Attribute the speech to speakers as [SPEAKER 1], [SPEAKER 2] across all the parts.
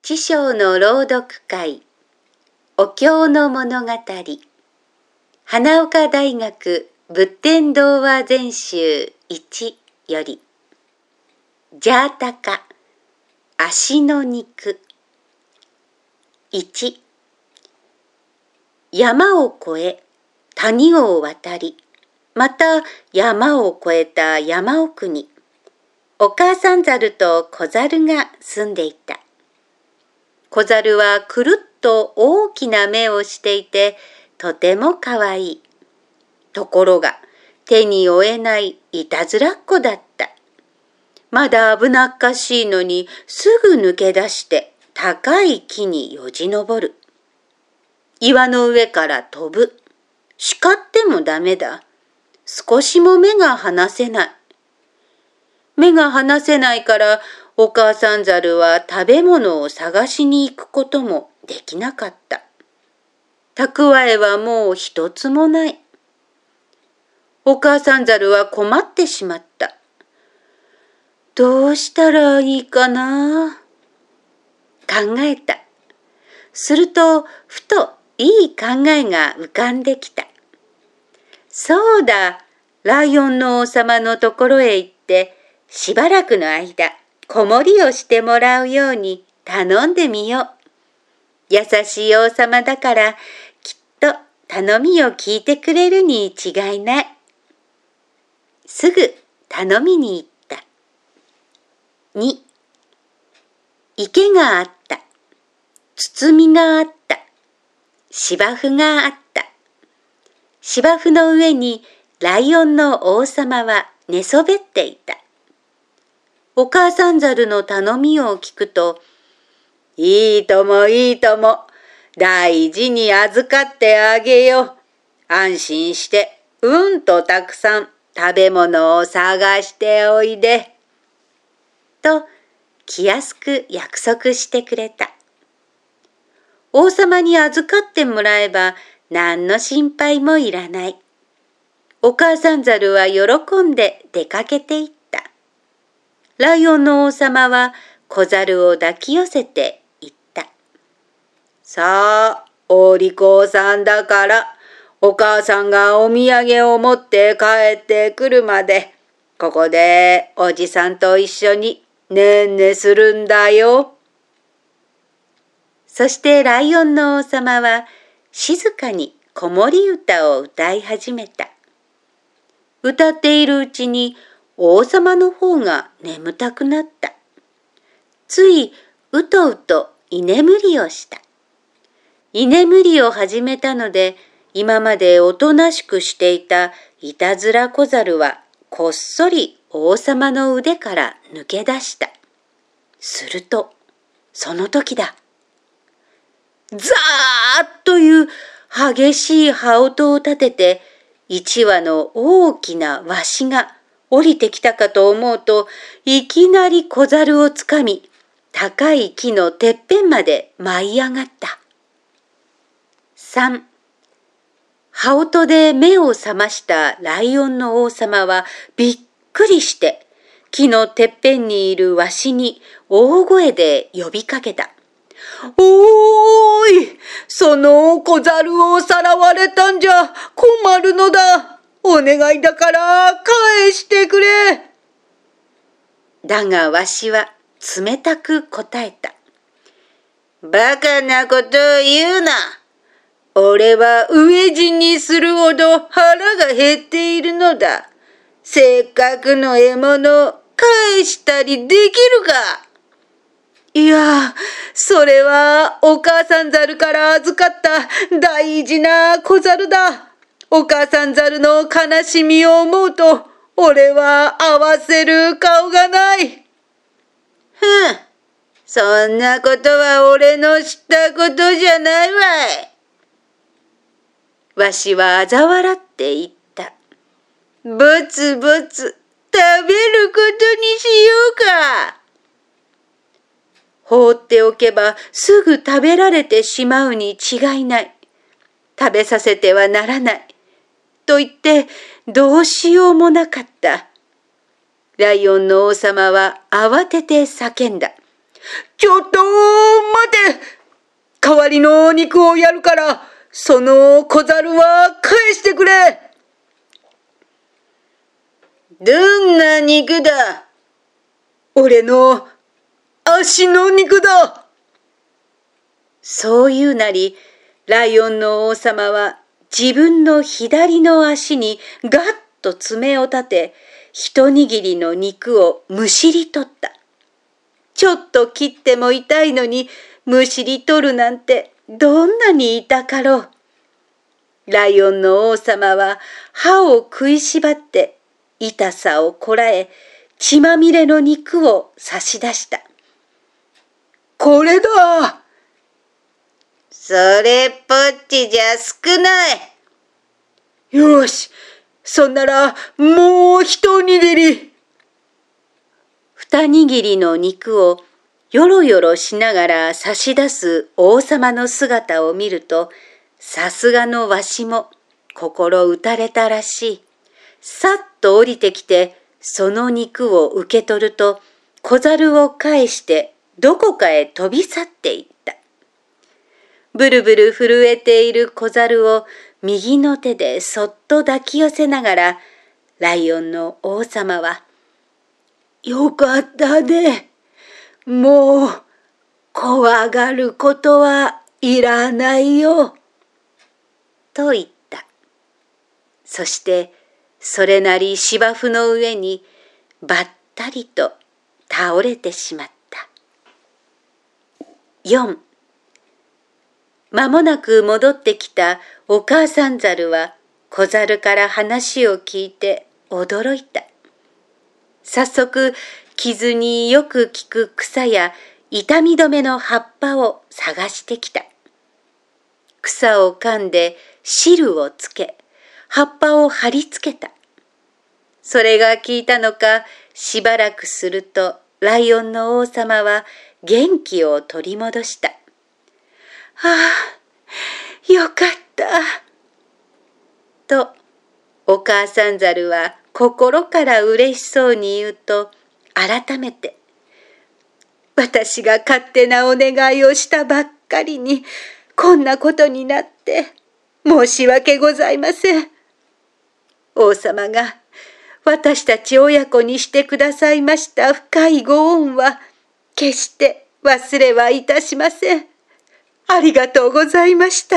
[SPEAKER 1] 知性の朗読会、お経の物語、花岡大学仏典童話全集1より、ジャータカ、足の肉。1、山を越え、谷を渡り、また山を越えた山奥に、お母さんザルと子ザルが住んでいた。子ザルはくるっと大きな目をしていて、とてもかわいい。ところが、手に負えないいたずらっ子だった。まだ危なっかしいのに、すぐ抜け出して高い木によじ登る。岩の上から飛ぶ。叱ってもダメだ。少しも目が離せない。目が離せないから、お母さんザルは食べ物を探しに行くこともできなかった。蓄えはもう一つもない。お母さんザルは困ってしまった。どうしたらいいかな。考えた。すると、ふといい考えが浮かんできた。そうだ、ライオンの王様のところへ行って、しばらくの間、子守りをしてもらうように頼んでみよう。優しい王様だから、きっと頼みを聞いてくれるに違いない。すぐ頼みに行った。2、池があった。包みがあった。芝生があった。芝生の上にライオンの王様は寝そべっていた。お母さんザルの頼みを聞くと、いいともいいとも、大事に預かってあげよう。安心して、うんとたくさん食べ物を探しておいで。と、気安く約束してくれた。王様に預かってもらえば、何の心配もいらない。お母さんザルは喜んで出かけていった。ライオンの王様は子ザルを抱き寄せて言った。さあ、お利口さんだから、お母さんがお土産を持って帰ってくるまで、ここでおじさんと一緒にねんねするんだよ。そしてライオンの王様は静かに子守歌を歌い始めた。歌っているうちに王様の方が眠たくなった。ついうとうと居眠りをした。居眠りを始めたので、今までおとなしくしていたいたずら小猿はこっそり王様の腕から抜け出した。すると、その時だ。ザーッという激しい羽音を立てて、一羽の大きなワシが降りてきたかと思うと、いきなり小猿をつかみ、高い木のてっぺんまで舞い上がった。3、羽音で目を覚ましたライオンの王様はびっくりして、木のてっぺんにいるワシに大声で呼びかけた。おーい、その小猿をさらわれたんじゃ困るのだ。お願いだから返してくれ。だがわしは冷たく答えた。バカなことを言うな。俺は飢え死にするほど腹が減っているのだ。せっかくの獲物を返したりできるか。いや、それはお母さんザルから預かった大事な子ザルだ。お母さんザルの悲しみを思うと、俺は合わせる顔がない。そんなことは俺の知ったことじゃないわい。わしは嘲笑って言った。ぼつぼつ食べることにしようか。放っておけばすぐ食べられてしまうに違いない。食べさせてはならない。と言ってどうしようもなかった。ライオンの王様は慌てて叫んだ。ちょっと待
[SPEAKER 2] 左の肉をやるから、その小猿は返してくれ。
[SPEAKER 1] どんな肉だ？
[SPEAKER 2] 俺の足の肉だ。
[SPEAKER 1] そう言うなり、ライオンの王様は自分の左の足にガッと爪を立て、一握りの肉をむしり取った。ちょっと切っても痛いのに、むしり取るなんてどんなに痛かろう。ライオンの王様は歯を食いしばって痛さをこらえ、血まみれの肉を差し出した。
[SPEAKER 2] これだ。
[SPEAKER 1] それっぽっちじゃ少ない。
[SPEAKER 2] よし、そんならもう一握り。
[SPEAKER 1] 二握りの肉をよろよろしながら差し出す王様の姿を見ると、さすがのわしも心打たれたらしい。さっと降りてきて、その肉を受け取ると、小猿を返してどこかへ飛び去っていった。ブルブル震えている小猿を右の手でそっと抱き寄せながら、ライオンの王様は、
[SPEAKER 2] よかったね。もう怖がることはいらないよ。
[SPEAKER 1] と言った。そしてそれなり芝生の上にばったりと倒れてしまった。4. 間もなく戻ってきたお母さんザルは小猿から話を聞いて驚いた。早速傷によく効く草や痛み止めの葉っぱを探してきた。草を噛んで汁をつけ、葉っぱを貼り付けた。それが効いたのか、しばらくするとライオンの王様は元気を取り戻した。ああ、よかった。と、お母さんザルは心から嬉しそうに言うと、改めて、私が勝手なお願いをしたばっかりに、こんなことになって申し訳ございません。王様が私たち親子にしてくださいました深いご恩は決して忘れはいたしません。ありがとうございました。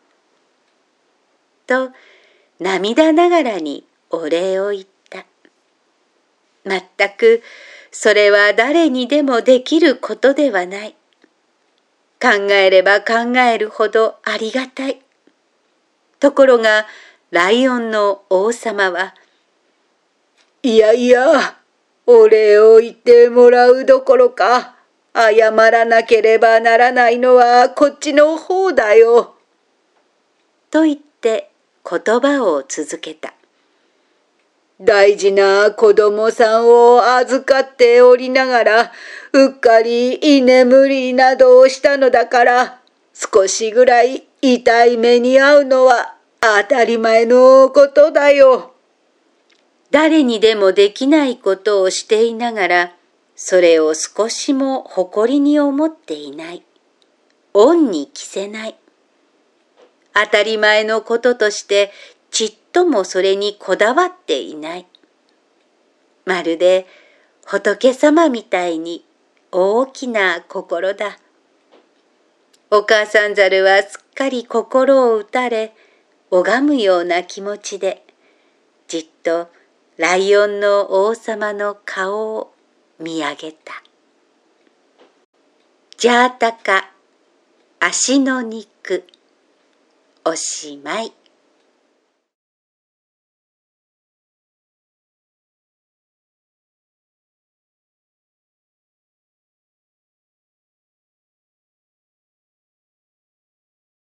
[SPEAKER 1] と涙ながらにお礼を言った。まったくそれは誰にでもできることではない。考えれば考えるほどありがたい。ところがライオンの王様は、
[SPEAKER 2] いやいや、お礼を言ってもらうどころか、謝らなければならないのはこっちの方だよ。
[SPEAKER 1] と言って言葉を続けた。
[SPEAKER 2] 大事な子供さんを預かっておりながら、うっかり居眠りなどをしたのだから、少しぐらい痛い目に遭うのは当たり前のことだよ。
[SPEAKER 1] 誰にでもできないことをしていながら、それを少しも誇りに思っていない。恩に着せない。当たり前のこととしてちっともそれにこだわっていない。まるで仏様みたいに大きな心だ。お母さんザルはすっかり心を打たれ、拝むような気持ちで、じっとライオンの王様の顔を見上げた。ジャータカ、足の肉、おしまい。